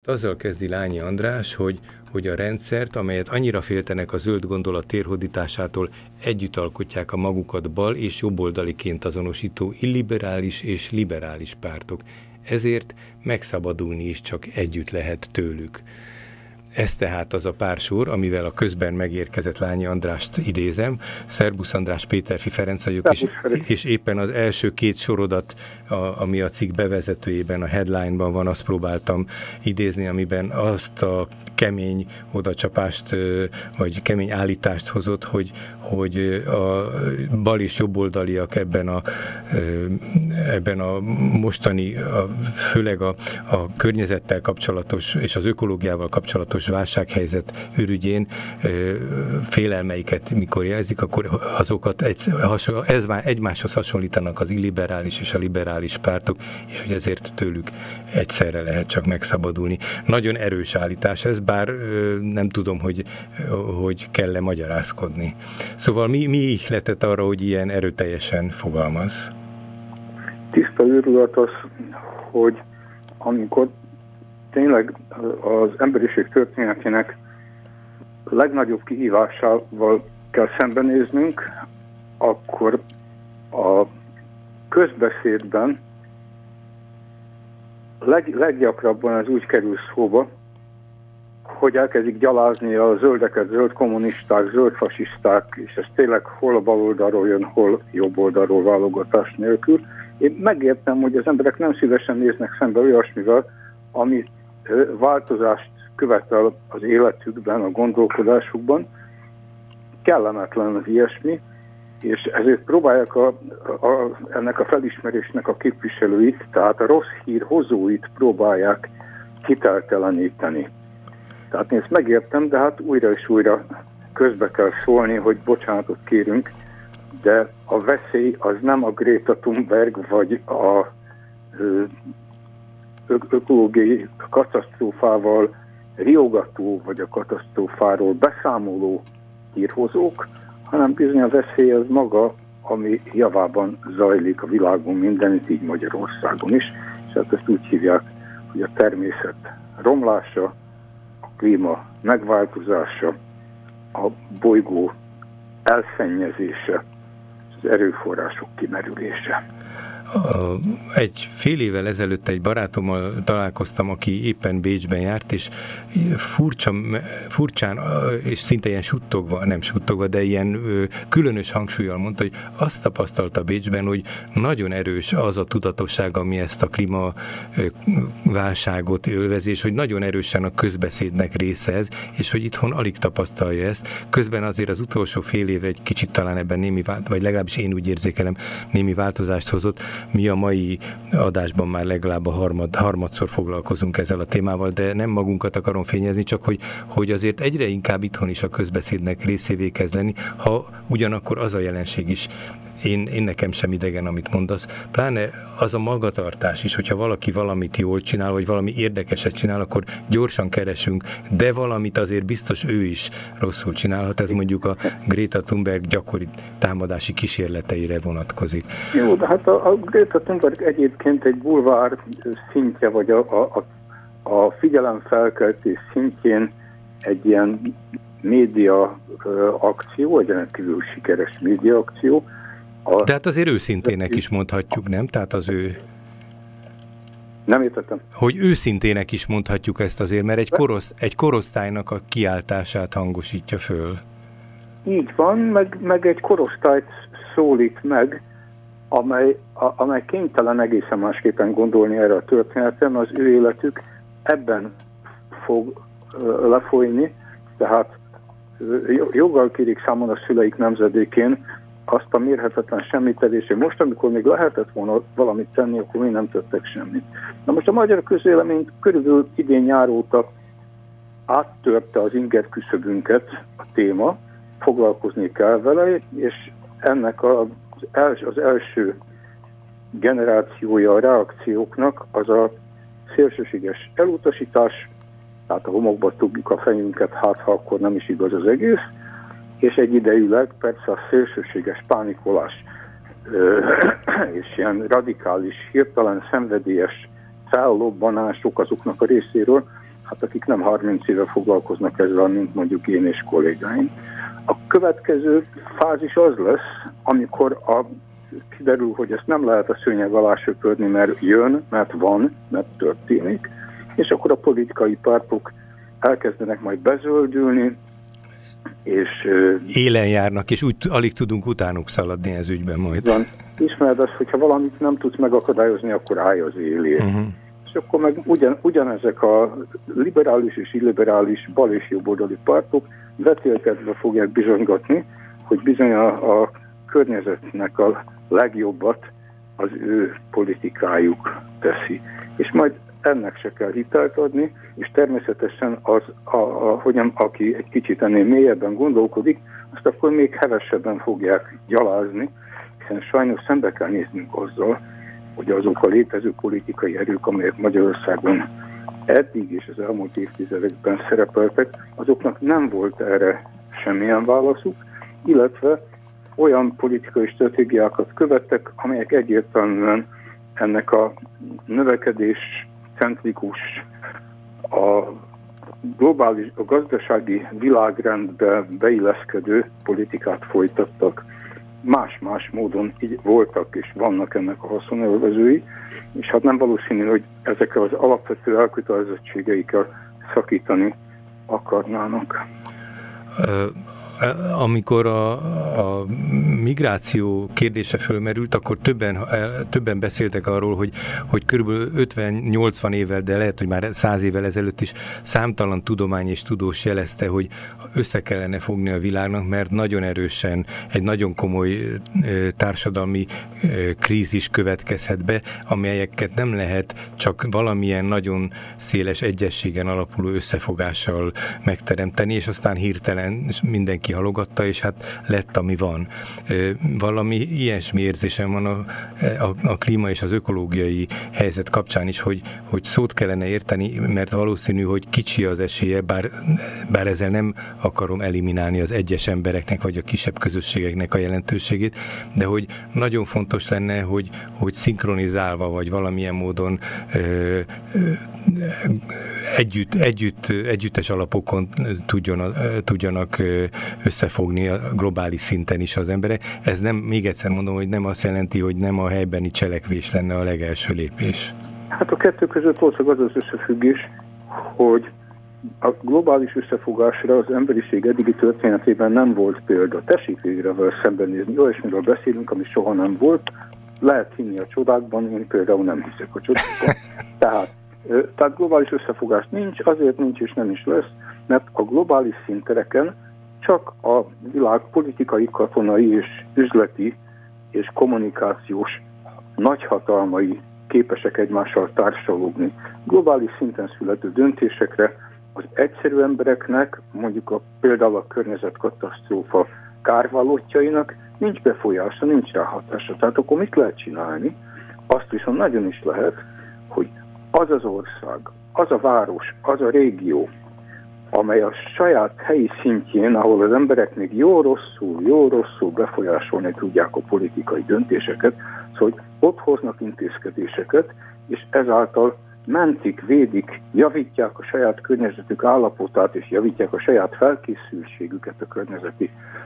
Azzal kezdi Lányi András, hogy a rendszert, amelyet annyira féltenek a zöld gondolat térhódításától, együtt alkotják a magukat bal- és jobboldaliként azonosító illiberális és liberális pártok. Ezért megszabadulni is csak együtt lehet tőlük. Ez tehát az a pár sor, amivel a közben megérkezett Lányi Andrást idézem. Szerbusz András, Péterfi Ferenc vagyok, és éppen az első két sorodat, ami a cikk bevezetőjében, a headline-ban van, azt próbáltam idézni, amiben azt a kemény odacsapást, vagy kemény állítást hozott, hogy a bal- és jobboldaliak ebben a mostani, főleg a környezettel kapcsolatos és az ökológiával kapcsolatos válsághelyzet ürügyén félelmeiket mikor jelzik, akkor azokat egymáshoz hasonlítanak az illiberális és a liberális pártok, és hogy ezért tőlük egyszerre lehet csak megszabadulni. Nagyon erős állítás ez, bár nem tudom, hogy kell-e magyarázkodni. Szóval mi ihletett arra, hogy ilyen erőteljesen fogalmaz? Tiszta őrület az, hogy amikor tényleg az emberiség történetének legnagyobb kihívásával kell szembenéznünk, akkor a közbeszédben leggyakrabban ez úgy kerül szóba, hogy elkezdik gyalázni a zöldeket, zöld kommunisták, zöld fasiszták, és ez tényleg hol a bal oldalról jön, hol jobb oldalról válogatás nélkül. Én megértem, hogy az emberek nem szívesen néznek szembe olyasmivel, ami változást követel az életükben, a gondolkodásukban. Kellemetlen az ilyesmi, és ezért próbálják ennek a felismerésnek a képviselőit, tehát a rossz hír hozóit próbálják hitelteleníteni. Tehát én ezt megértem, de hát újra és újra közbe kell szólni, hogy bocsánatot kérünk, de a veszély az nem a Greta Thunberg vagy a ökológiai katasztrófával riogató vagy a katasztrófáról beszámoló hírhozók, hanem bizony a veszély az maga, ami javában zajlik a világon mindenütt, így Magyarországon is, és hát ezt úgy hívják, hogy a természet romlása, a klíma megváltozása, a bolygó elszennyezése, az erőforrások kimerülése. Egy fél évvel ezelőtt egy barátommal találkoztam, aki éppen Bécsben járt, és furcsán, és szinte ilyen suttogva, de ilyen különös hangsúllyal mondta, hogy azt tapasztalta Bécsben, hogy nagyon erős az a tudatosság, ami ezt a klímaválságot élvezi, és hogy nagyon erősen a közbeszédnek része ez, és hogy itthon alig tapasztalja ezt. Közben azért az utolsó fél év egy kicsit talán ebben vagy legalábbis én úgy érzékelem, némi változást hozott. Mi a mai adásban már legalább harmadszor foglalkozunk ezzel a témával, de nem magunkat akarom fényezni, csak hogy azért egyre inkább itthon is a közbeszédnek részévé kezd lenni, ha ugyanakkor az a jelenség is, én nekem sem idegen, amit mondasz, pláne az a magatartás is, hogyha valaki valamit jól csinál, vagy valami érdekeset csinál, akkor gyorsan keresünk, de valamit azért biztos ő is rosszul csinálhat, ez mondjuk a Greta Thunberg gyakori támadási kísérleteire vonatkozik. Jó, de hát a Greta Thunberg egyébként egy bulvár szintje, vagy a figyelemfelkeltés szintjén egy ilyen média akció, egy rendkívül sikeres média akció. Tehát azért őszintének is mondhatjuk, nem? Tehát az ő... Nem értettem. Hogy őszintének is mondhatjuk ezt azért, mert egy korosztálynak a kiáltását hangosítja föl. Így van, meg egy korosztályt szólít meg, amely kénytelen egészen másképpen gondolni erre a történetem, az ő életük ebben fog lefolyni, tehát joggal kérik számon a szüleik nemzedékén azt a mérhetetlen semmitevését. Most, amikor még lehetett volna valamit tenni, akkor még nem tettek semmit. Na most a magyar közvéleményt körülbelül idén nyár óta áttörte az inger küszöbünket a téma, foglalkozni kell vele, és ennek az első generációja a reakcióknak az a szélsőséges elutasítás, tehát a homokba tudjuk a fejünket, hát ha akkor nem is igaz az egész, és egyidejűleg persze a szélsőséges pánikolás és ilyen radikális, hirtelen szenvedélyes fellobbanások azoknak a részéről, hát akik nem 30 éve foglalkoznak ezzel, mint mondjuk én és kollégáim. A következő fázis az lesz, amikor kiderül, hogy ezt nem lehet a szőnyeg alá söpörni, mert jön, mert van, mert történik, és akkor a politikai pártok elkezdenek majd bezöldülni, és élen járnak, és úgy alig tudunk utánuk szaladni ez ügyben majd. Van. Ismered azt, hogyha valamit nem tudsz megakadályozni, akkor állj az élért. És akkor meg ugyanezek a liberális és illiberális bal- és jobboldali pártok vetélkedve fogják bizonygatni, hogy bizony a környezetnek a legjobbat az ő politikájuk teszi. És majd ennek se kell hitelt adni, és természetesen aki egy kicsit ennél mélyebben gondolkodik, azt akkor még hevesebben fogják gyalázni, hiszen sajnos szembe kell néznünk azzal, hogy azok a létező politikai erők, amelyek Magyarországon eddig és az elmúlt évtizedekben szerepeltek, azoknak nem volt erre semmilyen válaszuk, illetve olyan politikai stratégiákat követtek, amelyek egyértelműen ennek a növekedés centrikus, a gazdasági világrendbe beilleszkedő politikát folytattak. Más-más módon így voltak és vannak ennek a haszonélvezői, és hát nem valószínű, hogy ezekkel az alapvető elkötelezettségeikkel szakítani akarnának. Amikor a migráció kérdése fölmerült, akkor többen beszéltek arról, hogy körülbelül 50-80 évvel, de lehet, hogy már 100 évvel ezelőtt is számtalan tudomány és tudós jelezte, hogy össze kellene fogni a világnak, mert nagyon erősen egy nagyon komoly társadalmi krízis következhet be, amelyeket nem lehet csak valamilyen nagyon széles egyességen alapuló összefogással megteremteni, és aztán hirtelen mindenki halogatta, és hát lett, ami van. Valami ilyesmi érzésem van a klíma és az ökológiai helyzet kapcsán is, hogy szót kellene érteni, mert valószínű, hogy kicsi az esélye, bár ezzel nem akarom eliminálni az egyes embereknek, vagy a kisebb közösségeknek a jelentőségét, de hogy nagyon fontos lenne, hogy szinkronizálva, vagy valamilyen módon együttes alapokon tudjanak összefogni a globális szinten is az emberek. Ez nem, még egyszer mondom, hogy nem azt jelenti, hogy nem a helybeni cselekvés lenne a legelső lépés. Hát a kettő között valószínűleg az összefüggés, hogy a globális összefogásra az emberiség eddigi történetében nem volt példa. Tessék végre vele szembenézni. Olyasmiről beszélünk, ami soha nem volt. Lehet hinni a csodákban, én például nem hiszek a csodákban. Tehát globális összefogás nincs, azért nincs és nem is lesz, mert a globális szintereken csak a világ politikai, katonai és üzleti és kommunikációs nagyhatalmai képesek egymással társalogni. Globális szinten születő döntésekre az egyszerű embereknek, mondjuk például a környezetkatasztrófa kárvallottjainak nincs befolyása, nincs ráhatása. Tehát akkor mit lehet csinálni? Azt viszont nagyon is lehet, hogy az az ország, az a város, az a régió, amely a saját helyi szintjén, ahol az emberek még jó-rosszul befolyásolni tudják a politikai döntéseket, szóval hogy ott hoznak intézkedéseket, és ezáltal mentik, védik, javítják a saját környezetük állapotát, és javítják a saját felkészültségüket a környezeti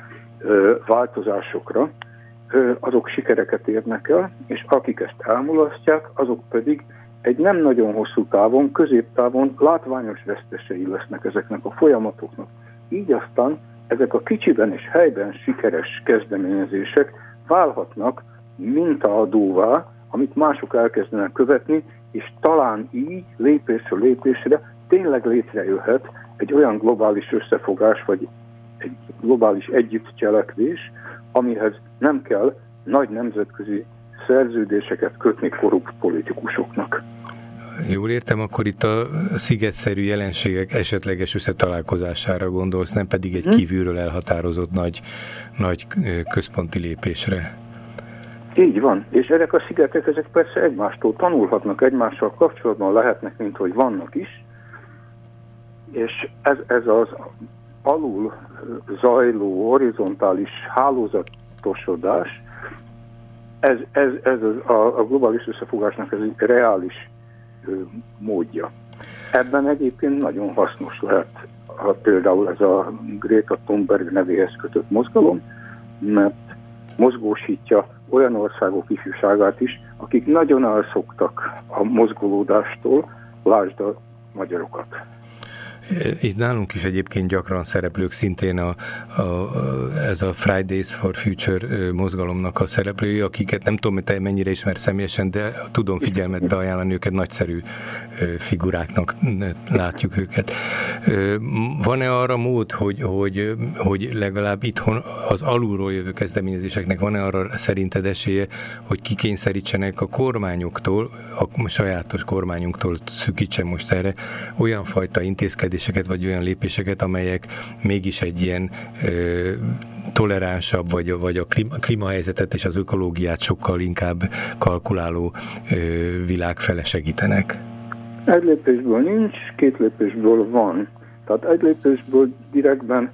változásokra, azok sikereket érnek el, és akik ezt elmulasztják, azok pedig egy nem nagyon hosszú távon, középtávon látványos vesztesei lesznek ezeknek a folyamatoknak. Így aztán ezek a kicsiben és helyben sikeres kezdeményezések válhatnak mintaadóvá, amit mások elkezdenek követni, és talán így lépésről lépésre tényleg létrejöhet egy olyan globális összefogás, vagy egy globális együttcselekvés, amihez nem kell nagy nemzetközi szerződéseket kötni korrupt politikusoknak. Jól értem, akkor itt a szigetszerű jelenségek esetleges összetalálkozására gondolsz, nem pedig egy kívülről elhatározott nagy központi lépésre. Így van, és ezek a szigetek, ezek persze egymástól tanulhatnak, egymással kapcsolatban lehetnek, mint hogy vannak is, és ez az alul zajló horizontális hálózatosodás, ez a globális összefogásnak ez egy reális módja. Ebben egyébként nagyon hasznos lehet például ez a Greta Thunberg nevéhez kötött mozgalom, mert mozgósítja olyan országok ifjúságát is, akik nagyon elszoktak a mozgolódástól, lásd a magyarokat. Itt nálunk is egyébként gyakran szereplők, szintén ez a Fridays for Future mozgalomnak a szereplői, akiket nem tudom, hogy te mennyire ismer személyesen, de tudom figyelmetbe ajánlani őket, nagyszerű figuráknak látjuk őket. Van-e arra mód, hogy legalább itthon az alulról jövő kezdeményezéseknek van-e arra szerinted esélye, hogy kikényszerítsenek a kormányoktól, a sajátos kormányunktól, szűkítsen most erre, olyan fajta intézkedéseket, vagy olyan lépéseket, amelyek mégis egy ilyen toleránsabb, vagy a klímahelyzetet és az ökológiát sokkal inkább kalkuláló világ fele segítenek? Egy lépésből nincs, 2 lépésből van. Tehát egy lépésből direktben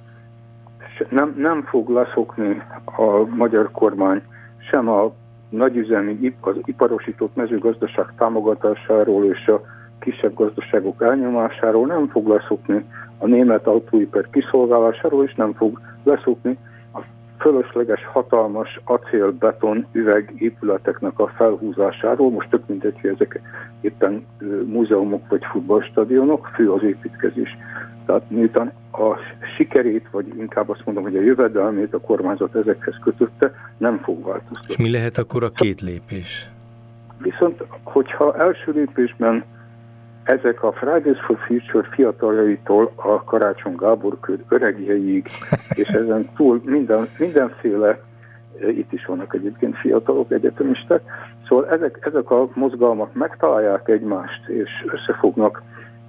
nem fog leszokni a magyar kormány sem a nagyüzemi, az iparosított mezőgazdaság támogatásáról és a kisebb gazdaságok elnyomásáról, nem fog leszokni a német autóipar kiszolgálásáról, és nem fog leszokni a fölösleges, hatalmas acél-beton üvegépületeknek a felhúzásáról. Most tök mindegy, hogy ezek éppen múzeumok vagy futballstadionok, fő az építkezés. Tehát miután a sikerét, vagy inkább azt mondom, hogy a jövedelmét a kormányzat ezekhez kötötte, nem fog változtatni. És mi lehet akkor a 2 lépés? Viszont, hogyha első lépésben ezek a Fridays for Future fiataljaitól a Karácsony Gábor kör öregjeiig, és ezen túl mindenféle, itt is vannak egyébként fiatalok, egyetemisták, szóval ezek a mozgalmak megtalálják egymást, és összefognak,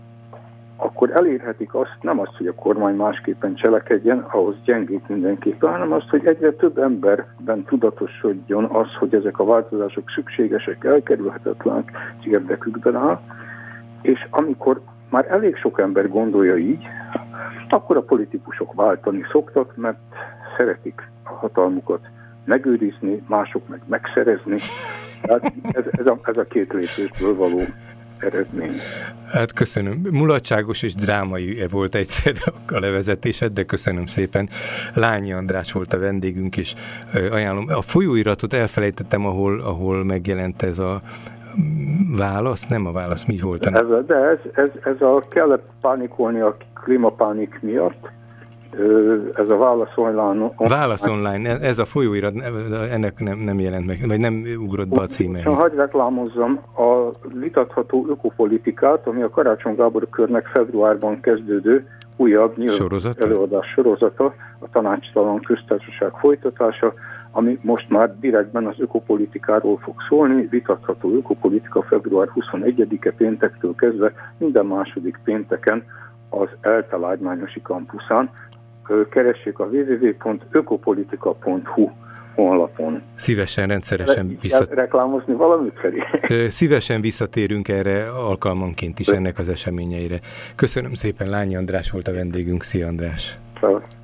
akkor elérhetik nem azt, hogy a kormány másképpen cselekedjen, ahhoz gyengít mindenképpen, hanem azt, hogy egyre több emberben tudatosodjon az, hogy ezek a változások szükségesek, elkerülhetetlenek, érdekükben áll. És amikor már elég sok ember gondolja így, akkor a politikusok váltani szoktak, mert szeretik a hatalmukat megőrizni, mások meg megszerezni. Tehát ez a 2 lépésből való eredmény. Hát köszönöm. Mulatságos és drámai volt egyszer a levezetésed, de köszönöm szépen. Lányi András volt a vendégünk, és ajánlom. A folyóiratot elfelejtettem, ahol megjelent ez a válasz, nem a válasz, mi volt? Ez a kellett pánikolni a klímapánik miatt. Ez a Válasz Online. Válasz Online, ez a folyóirat, ennek nem jelent meg, vagy nem ugrott be a címe. Hadd reklámozzam a vitatható ökopolitikát, ami a Karácsony Gábor körnek februárban kezdődő újabb előadás sorozata, a Tanácstalan Köztársaság folytatása, ami most már direktben az ökopolitikáról fog szólni, vitatható ökopolitika február 21-e péntektől kezdve minden második pénteken az ELTE Lágymányosi Kampuszán. Keressék a www.ökopolitika.hu honlapon. Szívesen, rendszeresen reklámozni valamit felé? Szívesen visszatérünk erre alkalmanként is ennek az eseményeire. Köszönöm szépen, Lányi András volt a vendégünk. Szia, András!